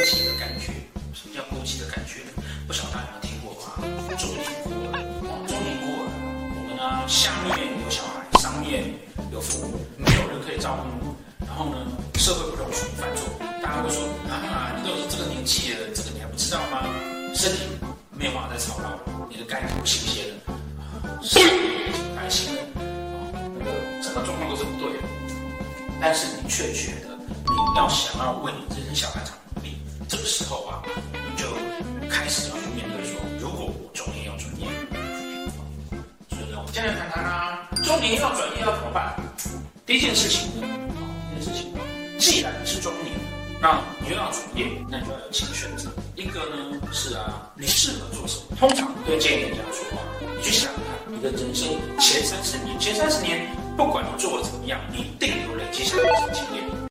极的感觉。什么叫过激的感觉呢？不晓得大家有没有听过啊？中年过了，中年过了，我们呢下面有小孩，上面有父母，没有人可以照顾。然后呢，社会不容许你犯错，大家会说啊，你都这个年纪了，这个你还不知道吗？身体没有办法再操劳了，你的肝不新鲜了，身体已经不开心了，那个整个状况都是不对的。但是你却觉得你要想要为你这些小孩长努力，这个时候啊，你就开始要去面对说，如果我中年要转业，所以呢，我们今天谈谈啊，中年要转业要怎么办？第一件事情呢，既然是中年，那你又要转业，那你就要有几个选择。一个呢是你适合做什么？通常对建议人家说你去想想看，你的人生前30年，不管你做的怎么样，你一定有累积下来的经验。